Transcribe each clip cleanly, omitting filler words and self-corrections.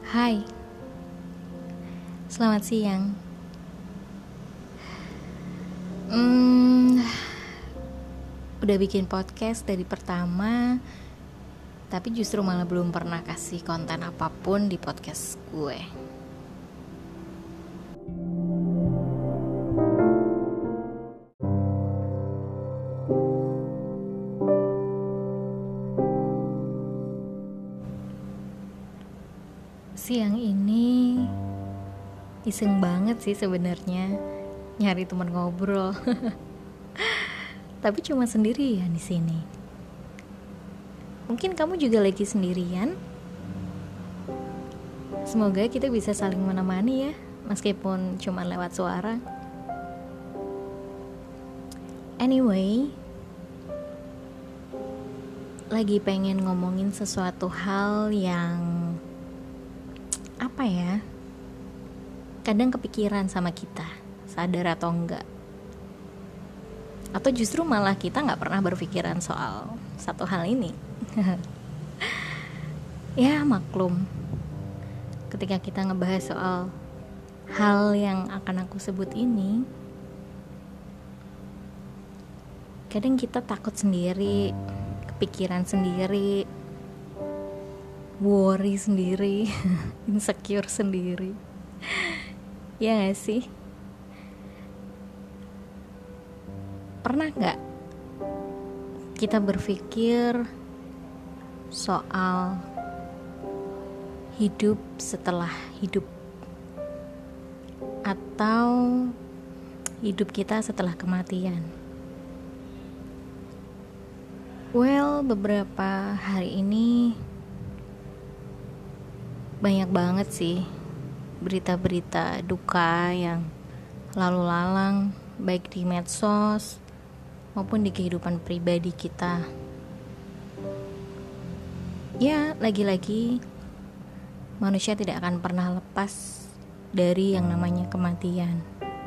Hai, selamat siang. Udah bikin podcast dari pertama, tapi justru malah belum pernah kasih konten apapun di podcast gue. Siang ini iseng banget sih sebenarnya nyari teman ngobrol. Tapi cuma sendirian di sini. Mungkin kamu juga lagi sendirian. Semoga kita bisa saling menemani ya, meskipun cuma lewat suara. Anyway, lagi pengen ngomongin sesuatu hal yang kadang kepikiran sama kita, sadar atau enggak, atau justru malah kita gak pernah berpikiran soal satu hal ini. Ya maklum, ketika kita ngebahas soal hal yang akan aku sebut ini, kadang kita takut sendiri, kepikiran sendiri, worry sendiri, insecure sendiri. Ya gak sih? Pernah gak kita berpikir soal hidup setelah hidup, atau hidup kita setelah kematian? Well, beberapa hari ini banyak banget sih berita-berita duka yang lalu lalang, baik di medsos maupun di kehidupan pribadi kita. Ya, lagi-lagi manusia tidak akan pernah lepas dari yang namanya kematian.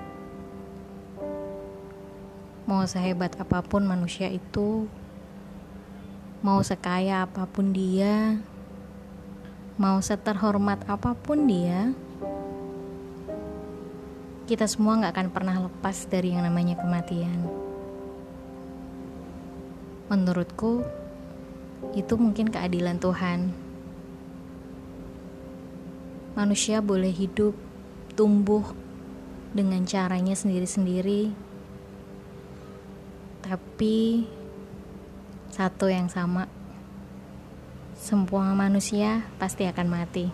Mau sehebat apapun manusia itu, mau sekaya apapun dia, mau seterhormat apapun dia, kita semua gak akan pernah lepas dari yang namanya kematian. Menurutku, itu mungkin keadilan Tuhan. Manusia boleh hidup, tumbuh dengan caranya sendiri-sendiri, tapi satu yang sama, semua manusia pasti akan mati.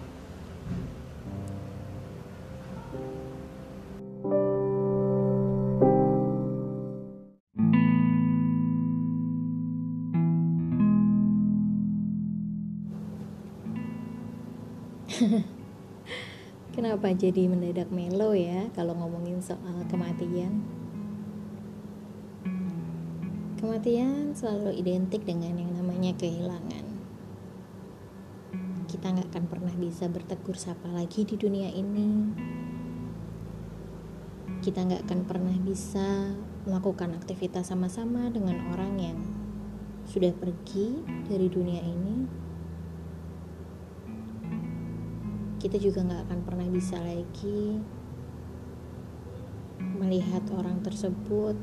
Kenapa jadi mendadak melo ya kalau ngomongin soal kematian? Kematian selalu identik dengan yang namanya kehilangan. Kita gak akan pernah bisa bertegur sapa lagi di dunia ini. Kita gak akan pernah bisa melakukan aktivitas sama-sama dengan orang yang sudah pergi dari dunia ini. Kita juga gak akan pernah bisa lagi melihat orang tersebut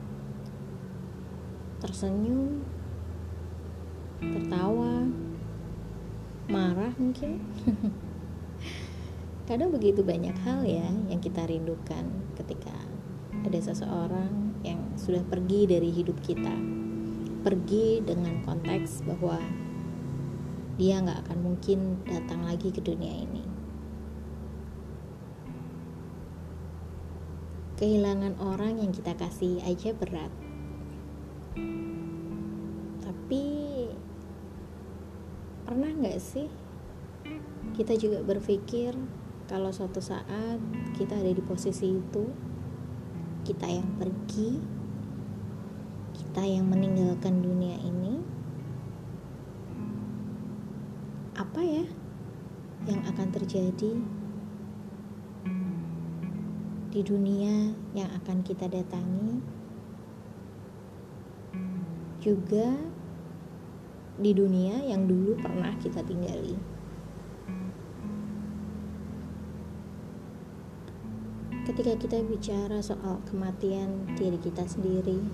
tersenyum, tertawa, marah mungkin. Kadang begitu banyak hal ya yang kita rindukan ketika ada seseorang yang sudah pergi dari hidup kita. Pergi dengan konteks bahwa dia gak akan mungkin datang lagi ke dunia ini. Kehilangan orang yang kita kasih aja berat. Tapi pernah gak sih kita juga berpikir kalau suatu saat kita ada di posisi itu, kita yang pergi, kita yang meninggalkan dunia ini, apa ya yang akan terjadi di dunia yang akan kita datangi, juga di dunia yang dulu pernah kita tinggali. Ketika kita bicara soal kematian diri kita sendiri,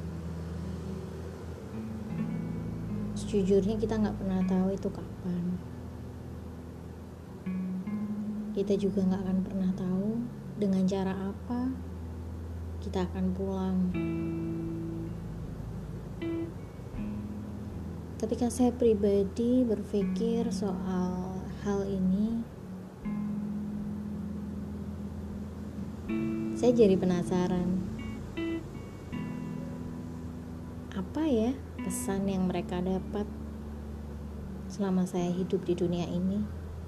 sejujurnya kita nggak pernah tahu itu kapan. Kita juga nggak akan pernah tahu dengan cara apa kita akan pulang. Ketika saya pribadi berpikir soal hal ini, saya jadi penasaran. Apa ya pesan yang mereka dapat selama saya hidup di dunia ini?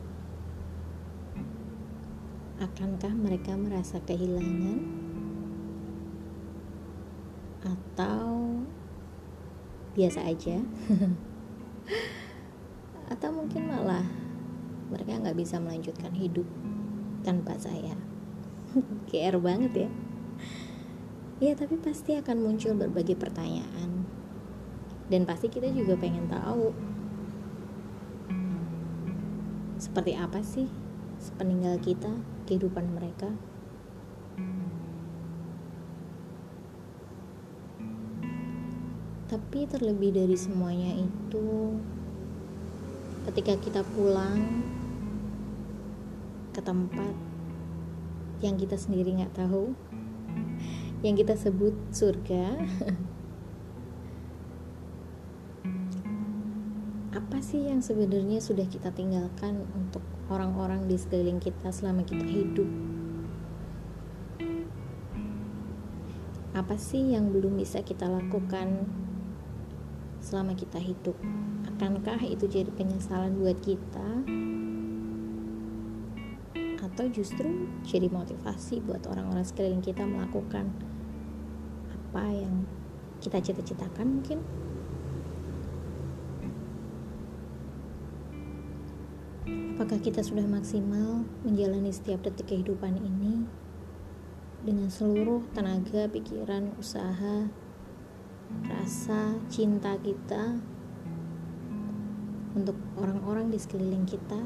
Akankah mereka merasa kehilangan? Atau biasa aja? Atau mungkin malah mereka gak bisa melanjutkan hidup tanpa saya? GR banget ya. Ya, tapi pasti akan muncul berbagai pertanyaan. Dan pasti kita juga pengen tahu seperti apa sih sepeninggal kita, kehidupan mereka. Tapi terlebih dari semuanya itu, ketika kita pulang ke tempat yang kita sendiri gak tahu, yang kita sebut surga, apa sih yang sebenarnya sudah kita tinggalkan untuk orang-orang di sekeliling kita selama kita hidup? Apa sih yang belum bisa kita lakukan selama kita hidup? Akankah itu jadi penyesalan buat kita? Atau justru jadi motivasi buat orang-orang sekeliling kita melakukan apa yang kita cita-citakan mungkin? Apakah kita sudah maksimal menjalani setiap detik kehidupan ini dengan seluruh tenaga, pikiran, usaha, rasa, cinta kita untuk orang-orang di sekeliling kita?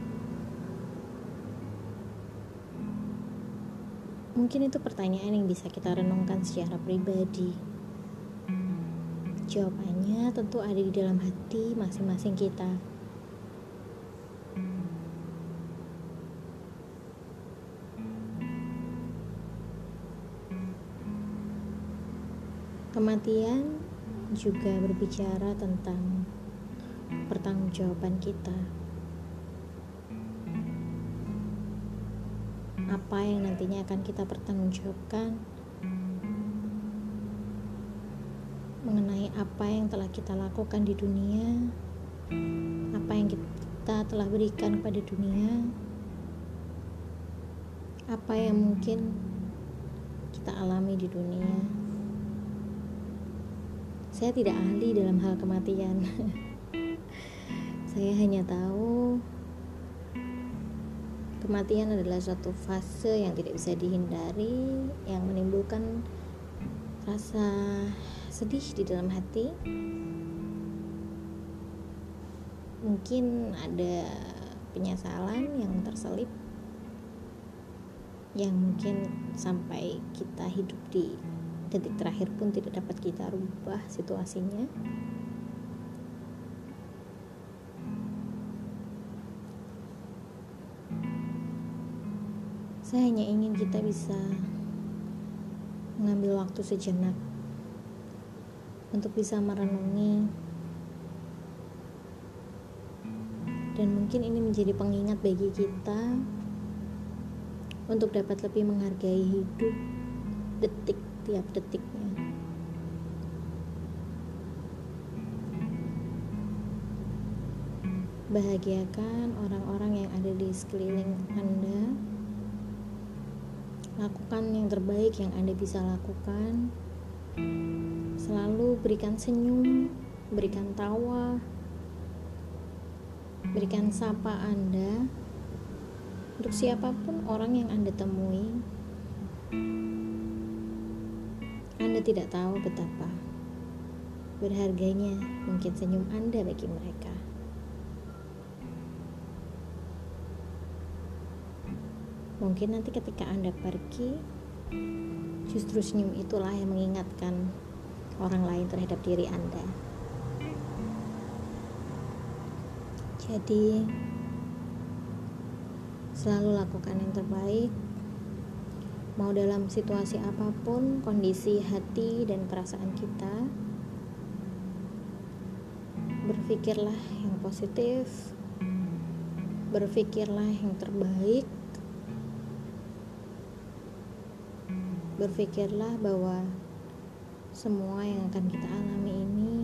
Mungkin itu pertanyaan yang bisa kita renungkan secara pribadi. Jawabannya tentu ada di dalam hati masing-masing kita. Kematian juga berbicara tentang pertanggungjawaban kita. Apa yang nantinya akan kita pertanggungjawabkan mengenai apa yang telah kita lakukan di dunia, apa yang kita telah berikan pada dunia, apa yang mungkin kita alami di dunia. Saya tidak ahli dalam hal kematian. Saya hanya tahu kematian adalah suatu fase yang tidak bisa dihindari, yang menimbulkan rasa sedih di dalam hati. Mungkin ada penyesalan yang terselip, yang mungkin sampai kita hidup di detik terakhir pun tidak dapat kita rubah situasinya. Saya hanya ingin kita bisa mengambil waktu sejenak untuk bisa merenungi, dan mungkin ini menjadi pengingat bagi kita untuk dapat lebih menghargai hidup detik tiap detiknya. Bahagiakan orang-orang yang ada di sekeliling Anda. Lakukan yang terbaik yang Anda bisa lakukan. Selalu berikan senyum, berikan tawa, berikan sapa Anda untuk siapapun orang yang Anda temui. Anda tidak tahu betapa berharganya mungkin senyum Anda bagi mereka. Mungkin nanti ketika Anda pergi, Justru senyum itulah yang mengingatkan orang lain terhadap diri Anda. Jadi, selalu lakukan yang terbaik, mau dalam situasi apapun, kondisi hati dan perasaan kita. Berpikirlah yang positif, berpikirlah yang terbaik, berpikirlah bahwa semua yang akan kita alami ini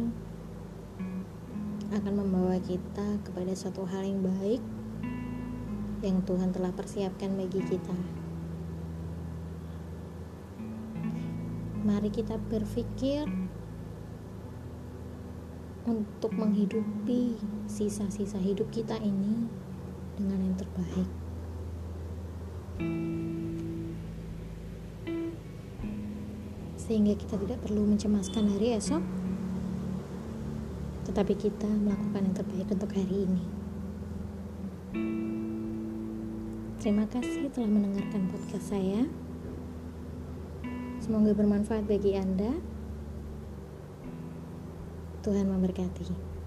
akan membawa kita kepada suatu hal yang baik yang Tuhan telah persiapkan bagi kita. Mari kita berpikir untuk menghidupi sisa-sisa hidup kita ini dengan yang terbaik. Sehingga kita tidak perlu mencemaskan hari esok, tetapi kita melakukan yang terbaik untuk hari ini. Terima kasih telah mendengarkan podcast saya. Semoga bermanfaat bagi Anda. Tuhan memberkati.